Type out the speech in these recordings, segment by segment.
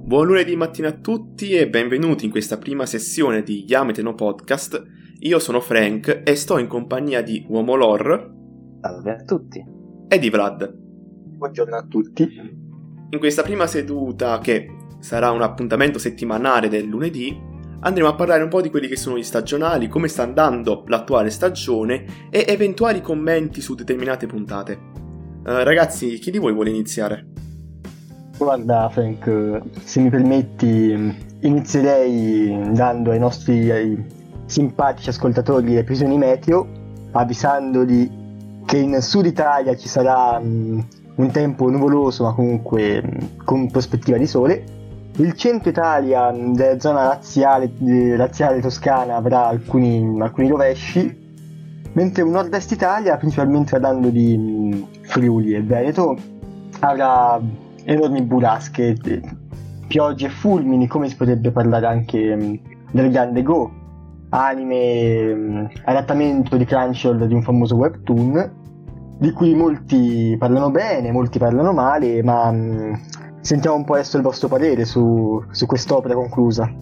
Buon lunedì mattina a tutti e benvenuti in questa prima sessione di Yamete no Podcast. Io sono Frank e sto in compagnia di Uomo Lore. Salve a tutti. E di Vlad. Buongiorno a tutti. In questa prima seduta, che sarà un appuntamento settimanale del lunedì, andremo a parlare un po' di quelli che sono gli stagionali, come sta andando l'attuale stagione e eventuali commenti su determinate puntate. Ragazzi, chi di voi vuole iniziare? Guarda Frank, se mi permetti inizierei dando ai nostri simpatici ascoltatori le previsioni meteo, avvisandoli che in Sud Italia ci sarà un tempo nuvoloso ma comunque con prospettiva di sole. Il centro Italia della zona laziale toscana avrà alcuni rovesci, mentre il nord-est Italia, principalmente parlando di Friuli e Veneto, avrà enormi burrasche, piogge e fulmini, come si potrebbe parlare anche del grande Go, anime adattamento di Crunchyroll di un famoso webtoon, di cui molti parlano bene, molti parlano male, ma sentiamo un po' adesso il vostro parere su quest'opera conclusa.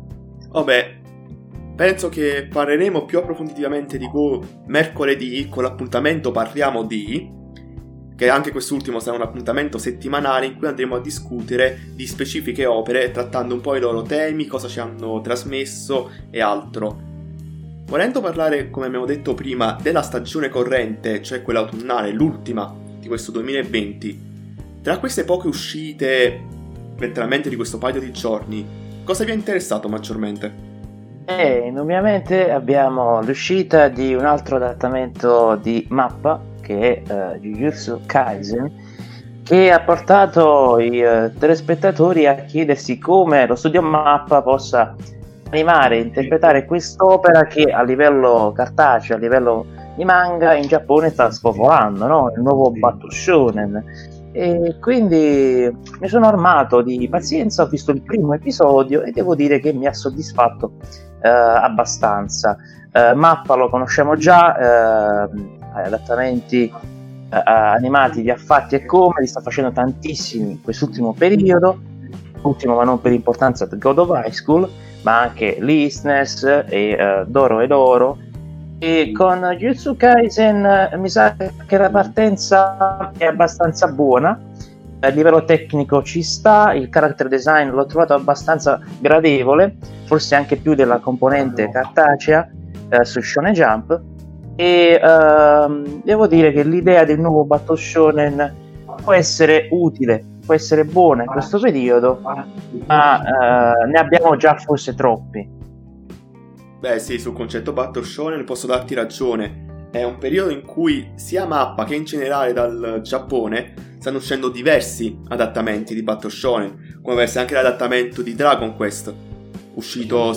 Penso che parleremo più approfonditamente di Go mercoledì con l'appuntamento Parliamo di, che anche quest'ultimo sarà un appuntamento settimanale in cui andremo a discutere di specifiche opere, trattando un po' i loro temi, cosa ci hanno trasmesso e altro. Volendo parlare, come abbiamo detto prima, della stagione corrente, cioè quella autunnale, l'ultima di questo 2020, tra queste poche uscite, letteralmente di questo paio di giorni, cosa vi è interessato maggiormente? Indubbiamente abbiamo l'uscita di un altro adattamento di Mappa, che è Jujutsu Kaisen, che ha portato i telespettatori a chiedersi come lo studio Mappa possa animare e interpretare quest'opera che a livello cartaceo, a livello di manga, in Giappone sta spopolando, no? Il nuovo Battle Shonen. E quindi mi sono armato di pazienza, ho visto il primo episodio e devo dire che mi ha soddisfatto abbastanza. Mappa lo conosciamo già, adattamenti animati di Affatti e Come, li sta facendo tantissimi in quest'ultimo periodo, ultimo ma non per importanza God of High School, ma anche Listeners e Doro e Doro. E con Jujutsu Kaisen mi sa che la partenza è abbastanza buona, a livello tecnico ci sta, il character design l'ho trovato abbastanza gradevole, forse anche più della componente cartacea su Shonen Jump, e devo dire che l'idea del nuovo Battle Shonen può essere utile, può essere buona in questo periodo, ma ne abbiamo già forse troppi. Beh sì, sul concetto Battle Shonen posso darti ragione. È un periodo in cui sia Mappa che in generale dal Giappone stanno uscendo diversi adattamenti di Battle Shonen, come per anche l'adattamento di Dragon Quest, uscito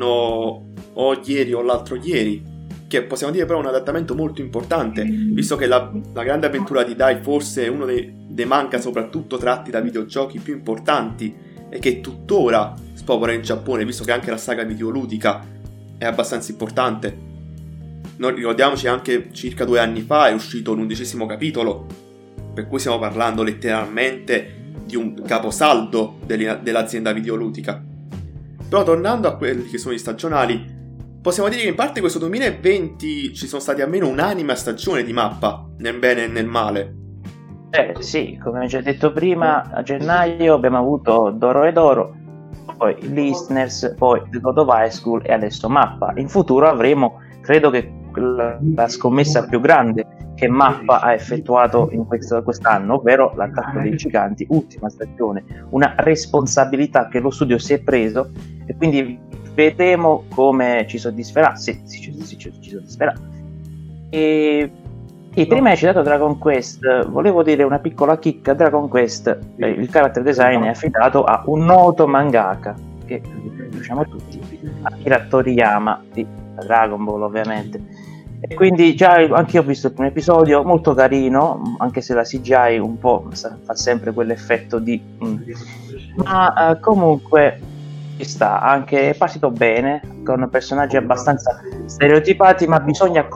o ieri o l'altro ieri, che possiamo dire però è un adattamento molto importante, visto che la grande avventura di Dai forse è uno dei manga soprattutto tratti da videogiochi più importanti e che tuttora spopola in Giappone, visto che anche la saga videoludica è abbastanza importante. Ricordiamoci anche circa 2 anni fa è uscito l'11° capitolo, per cui stiamo parlando letteralmente di un caposaldo dell'azienda videoludica. Però tornando a quelli che sono gli stagionali, possiamo dire che in parte questo 2020 ci sono stati almeno un'anima stagione di Mappa, nel bene e nel male. Sì, come già detto prima, a gennaio abbiamo avuto Doro e Doro, poi Listeners, poi The God of High School e adesso Mappa. In futuro avremo, credo che la scommessa più grande che Mappa ha effettuato in quest'anno, ovvero l'Attacco dei Giganti, ultima stagione, una responsabilità che lo studio si è preso e quindi vedremo come ci soddisferà, se ci soddisferà. E prima hai citato Dragon Quest, volevo dire una piccola chicca. Dragon Quest, il character design è affidato a un noto mangaka che conosciamo tutti, Akira Toriyama, di Dragon Ball ovviamente, e quindi già anche io ho visto il primo episodio, molto carino, anche se la CGI un po' fa sempre quell'effetto di ma comunque ci sta, anche è partito bene con personaggi abbastanza stereotipati, ma bisogna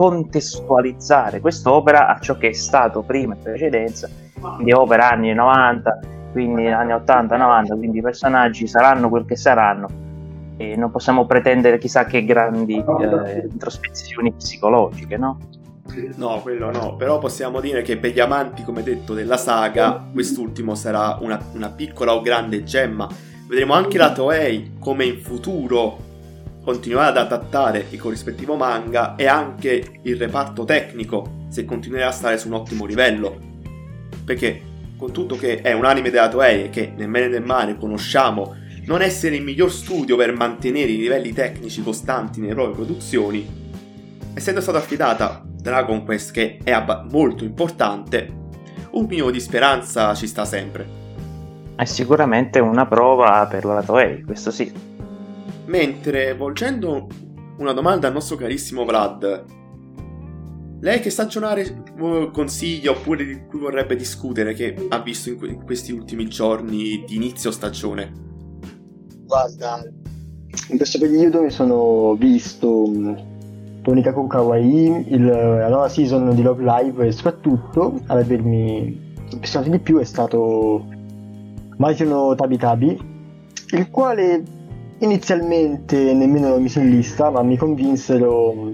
contestualizzare quest'opera a ciò che è stato prima in precedenza, quindi opera anni 90, quindi anni 80, 90, quindi i personaggi saranno quel che saranno e non possiamo pretendere chissà che grandi introspezioni psicologiche, no? No, quello no, però possiamo dire che per gli amanti, come detto, della saga, quest'ultimo sarà una piccola o grande gemma. Vedremo anche la Toei come in futuro continuerà ad adattare il corrispettivo manga e anche il reparto tecnico, se continuerà a stare su un ottimo livello, perché con tutto che è un anime della Toei e che nel bene e nel male conosciamo non essere il miglior studio per mantenere i livelli tecnici costanti nelle proprie produzioni, essendo stata affidata Dragon Quest, che è molto importante, un minimo di speranza ci sta sempre. È sicuramente una prova per la Toei, questo sì. Mentre, volgendo una domanda al nostro carissimo Vlad, lei che stagionale consiglia oppure di cui vorrebbe discutere, che ha visto in questi ultimi giorni di inizio stagione? Guarda, in questo periodo mi sono visto Tonikaku Kawaii, la nuova season di Love Live, e soprattutto ad avermi impressionato di più è stato Maito no Tabi Tabi, il quale inizialmente nemmeno l'ho messo in lista, ma mi convinsero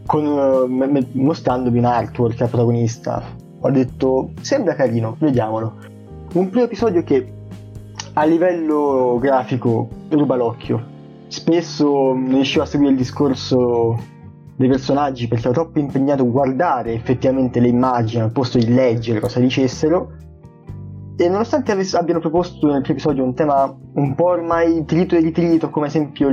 mostrandomi un artwork al protagonista. Ho detto, sembra carino, vediamolo. Un primo episodio che a livello grafico ruba l'occhio. Spesso non riuscivo a seguire il discorso dei personaggi perché ero troppo impegnato a guardare effettivamente le immagini al posto di leggere cosa dicessero, e nonostante abbiano proposto nel primo episodio un tema un po' ormai trito e ritrito, come esempio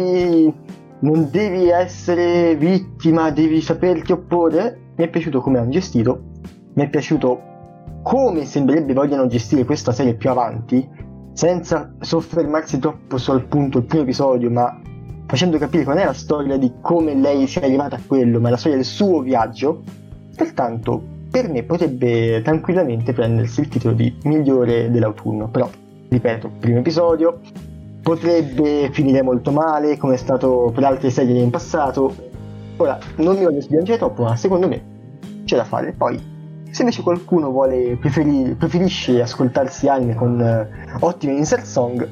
non devi essere vittima, devi saperti opporre, mi è piaciuto come hanno gestito, mi è piaciuto come sembrerebbe vogliano gestire questa serie più avanti, senza soffermarsi troppo sul punto del primo episodio, ma facendo capire che non è la storia di come lei sia arrivata a quello, ma è la storia del suo viaggio. Pertanto per me potrebbe tranquillamente prendersi il titolo di migliore dell'autunno, però ripeto, primo episodio, potrebbe finire molto male come è stato per altre serie in passato. Ora non mi voglio sbilanciare troppo, ma secondo me c'è da fare. Poi se invece qualcuno preferisce ascoltarsi anime con ottime insert song,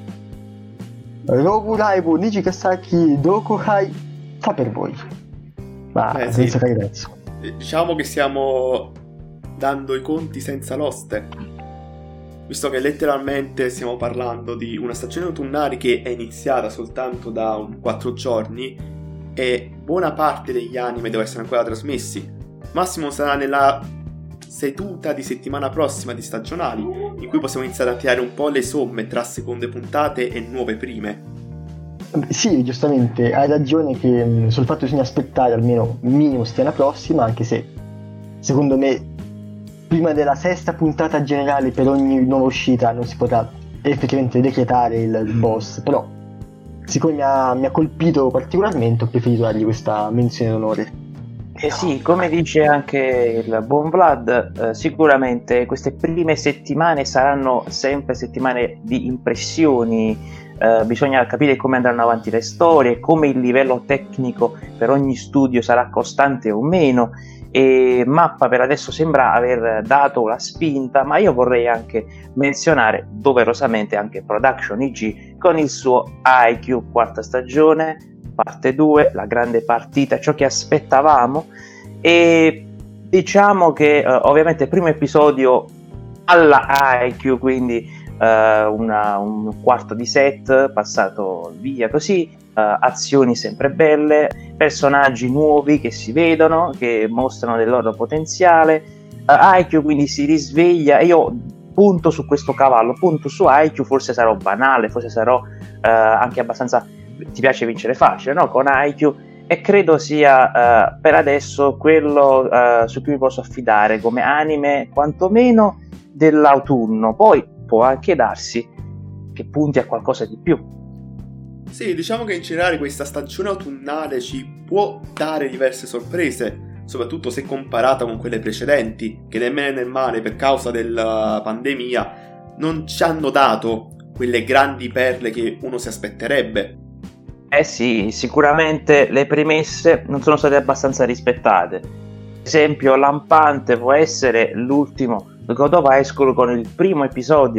Robu Raibu Nijikasaki Dokuhai fa per voi, ma senza cagazzo. Diciamo che stiamo dando i conti senza l'oste, visto che letteralmente stiamo parlando di una stagione autunnale che è iniziata soltanto da 4 giorni e buona parte degli anime deve essere ancora trasmessi. Massimo sarà nella seduta di settimana prossima di stagionali, in cui possiamo iniziare a tirare un po' le somme tra seconde puntate e nuove prime. Sì, giustamente, hai ragione che sul fatto che bisogna aspettare almeno minimo settimana prossima, anche se secondo me prima della 6ª puntata generale per ogni nuova uscita non si potrà effettivamente decretare il boss, però siccome mi ha colpito particolarmente ho preferito dargli questa menzione d'onore. Sì, come dice anche il buon Vlad, sicuramente queste prime settimane saranno sempre settimane di impressioni, bisogna capire come andranno avanti le storie, come il livello tecnico per ogni studio sarà costante o meno, e Mappa per adesso sembra aver dato la spinta, ma io vorrei anche menzionare doverosamente anche Production IG con il suo IQ 4ª stagione, parte 2, la grande partita, ciò che aspettavamo. E diciamo che ovviamente il primo episodio alla IQ, quindi un quarto di set passato via così, azioni sempre belle, personaggi nuovi che si vedono, che mostrano del loro potenziale. IQ quindi si risveglia e io punto su questo cavallo, punto su IQ. Forse sarò banale, forse sarò anche abbastanza ti piace vincere facile, no? Con IQ, e credo sia per adesso quello su cui mi posso affidare come anime quantomeno dell'autunno. Poi può anche darsi che punti a qualcosa di più. Sì, diciamo che in generale questa stagione autunnale ci può dare diverse sorprese, soprattutto se comparata con quelle precedenti, che nel bene e nel male per causa della pandemia non ci hanno dato quelle grandi perle che uno si aspetterebbe. Sì, sicuramente le premesse non sono state abbastanza rispettate. Per esempio, lampante può essere l'ultimo God of High School con il primo episodio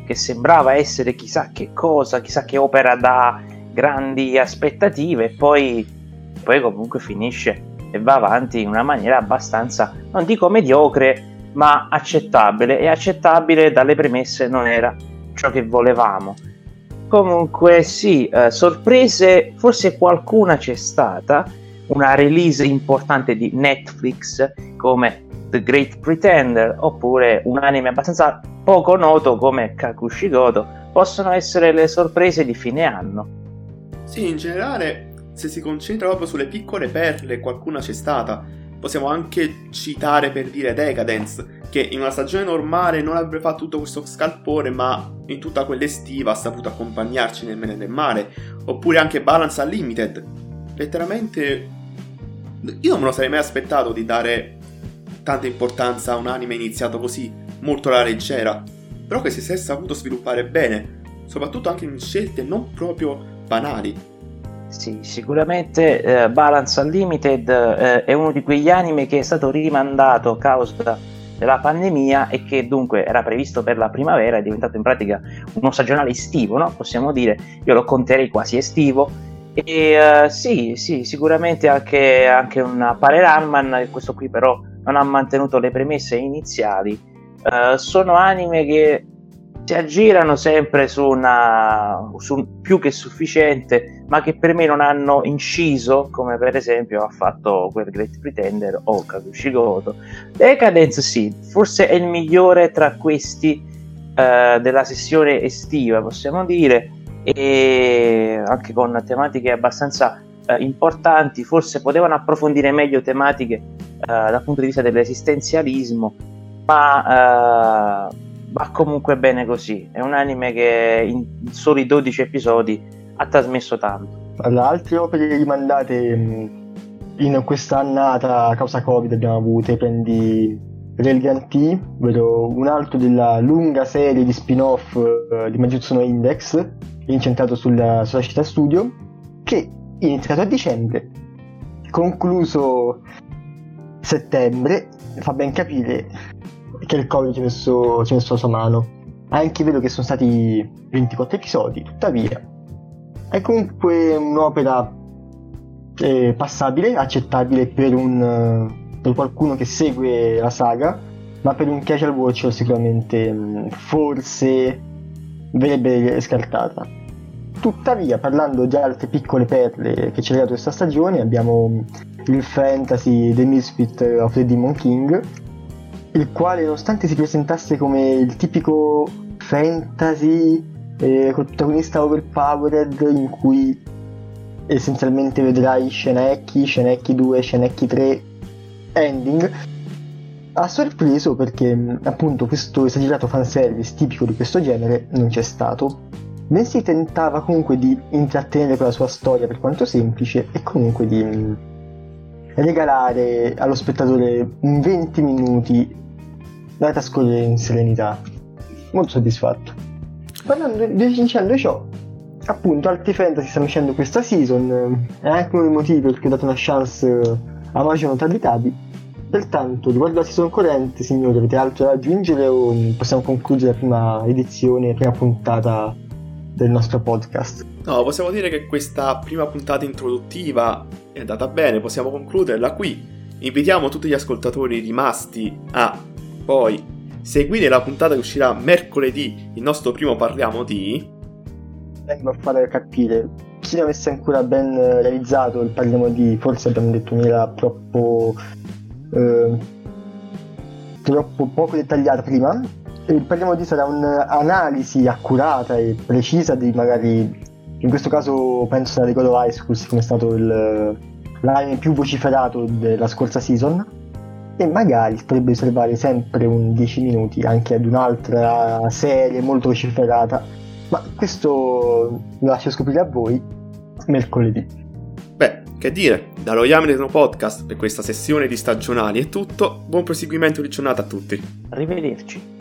che sembrava essere chissà che cosa, chissà che opera da grandi aspettative, e poi comunque finisce e va avanti in una maniera abbastanza, non dico mediocre, ma accettabile, e accettabile dalle premesse non era ciò che volevamo. Comunque sì, sorprese forse qualcuna c'è stata, una release importante di Netflix come The Great Pretender, oppure un anime abbastanza poco noto come Kakushigoto, possono essere le sorprese di fine anno. Sì, in generale, se si concentra proprio sulle piccole perle, qualcuna c'è stata. Possiamo anche citare, per dire, Decadence, che in una stagione normale non avrebbe fatto tutto questo scalpore, ma in tutta quell'estiva ha saputo accompagnarci nel bene e nel male. Oppure anche Balance Unlimited. Letteralmente, io non me lo sarei mai aspettato di dare tanta importanza a un anime iniziato così, molto alla leggera, però che si è saputo sviluppare bene, soprattutto anche in scelte non proprio banali. Sì, sicuramente Balance Unlimited è uno di quegli anime che è stato rimandato a causa della pandemia e che dunque era previsto per la primavera, è diventato in pratica uno stagionale estivo, no? Possiamo dire, io lo conterei quasi estivo. E sì, sicuramente anche un Pare Ranman, questo qui però non ha mantenuto le premesse iniziali. Sono anime che si aggirano sempre su un più che sufficiente, ma che per me non hanno inciso, come per esempio ha fatto quel Great Pretender o Kakushigoto. Decadence sì, forse è il migliore tra questi della sessione estiva, possiamo dire, e anche con tematiche abbastanza importanti. Forse potevano approfondire meglio tematiche dal punto di vista dell'esistenzialismo, ma va comunque bene così. È un anime che in soli 12 episodi ha trasmesso tanto. Allora, altre opere rimandate in quest'annata a causa Covid abbiamo avuto, prendi Reliant T, ovvero un altro della lunga serie di spin-off di Majutsu no Index, incentrato sulla città studio, che è iniziato a dicembre, concluso settembre. Fa ben capire che il Covid ci ha messo la sua mano. È anche vero che sono stati 24 episodi, tuttavia è comunque un'opera passabile, accettabile per qualcuno che segue la saga, ma per un casual watcher sicuramente forse verrebbe scartata. Tuttavia, parlando di altre piccole perle che ci ha regalato questa stagione, abbiamo il fantasy The Misfit of the Demon King, il quale, nonostante si presentasse come il tipico fantasy con protagonista overpowered, in cui essenzialmente vedrai Sheneki 2, Sheneki 3 ending, ha sorpreso perché appunto questo esagerato fanservice tipico di questo genere non c'è stato, bensì tentava comunque di intrattenere con la sua storia, per quanto semplice, e comunque di regalare allo spettatore 20 minuti da trascorrere in serenità. Molto soddisfatto. Dicendo ciò, appunto, altri fantasy stanno uscendo questa season, è anche uno dei motivi per cui ho dato una chance a Major Tabitabi. Pertanto, riguardo la season corrente, signori, avete altro da aggiungere o possiamo concludere la prima edizione, la prima puntata del nostro podcast? No, possiamo dire che questa prima puntata introduttiva è andata bene, possiamo concluderla qui. Invitiamo tutti gli ascoltatori rimasti a poi seguire la puntata che uscirà mercoledì, il nostro primo Parliamo di... Vengo a fare capire, chi non avesse ancora ben realizzato il Parliamo di, forse abbiamo detto in maniera troppo poco dettagliata prima. Il Parliamo di sarà un'analisi accurata e precisa di, magari in questo caso penso sarà Rigoro High School, come è stato l'anime più vociferato della scorsa season, e magari si potrebbe riservare sempre un 10 minuti anche ad un'altra serie molto vociferata, ma questo lo lascio scoprire a voi mercoledì. Beh, che dire, dallo Yamete no Podcast per questa sessione di stagionali è tutto. Buon proseguimento di giornata a tutti. Arrivederci.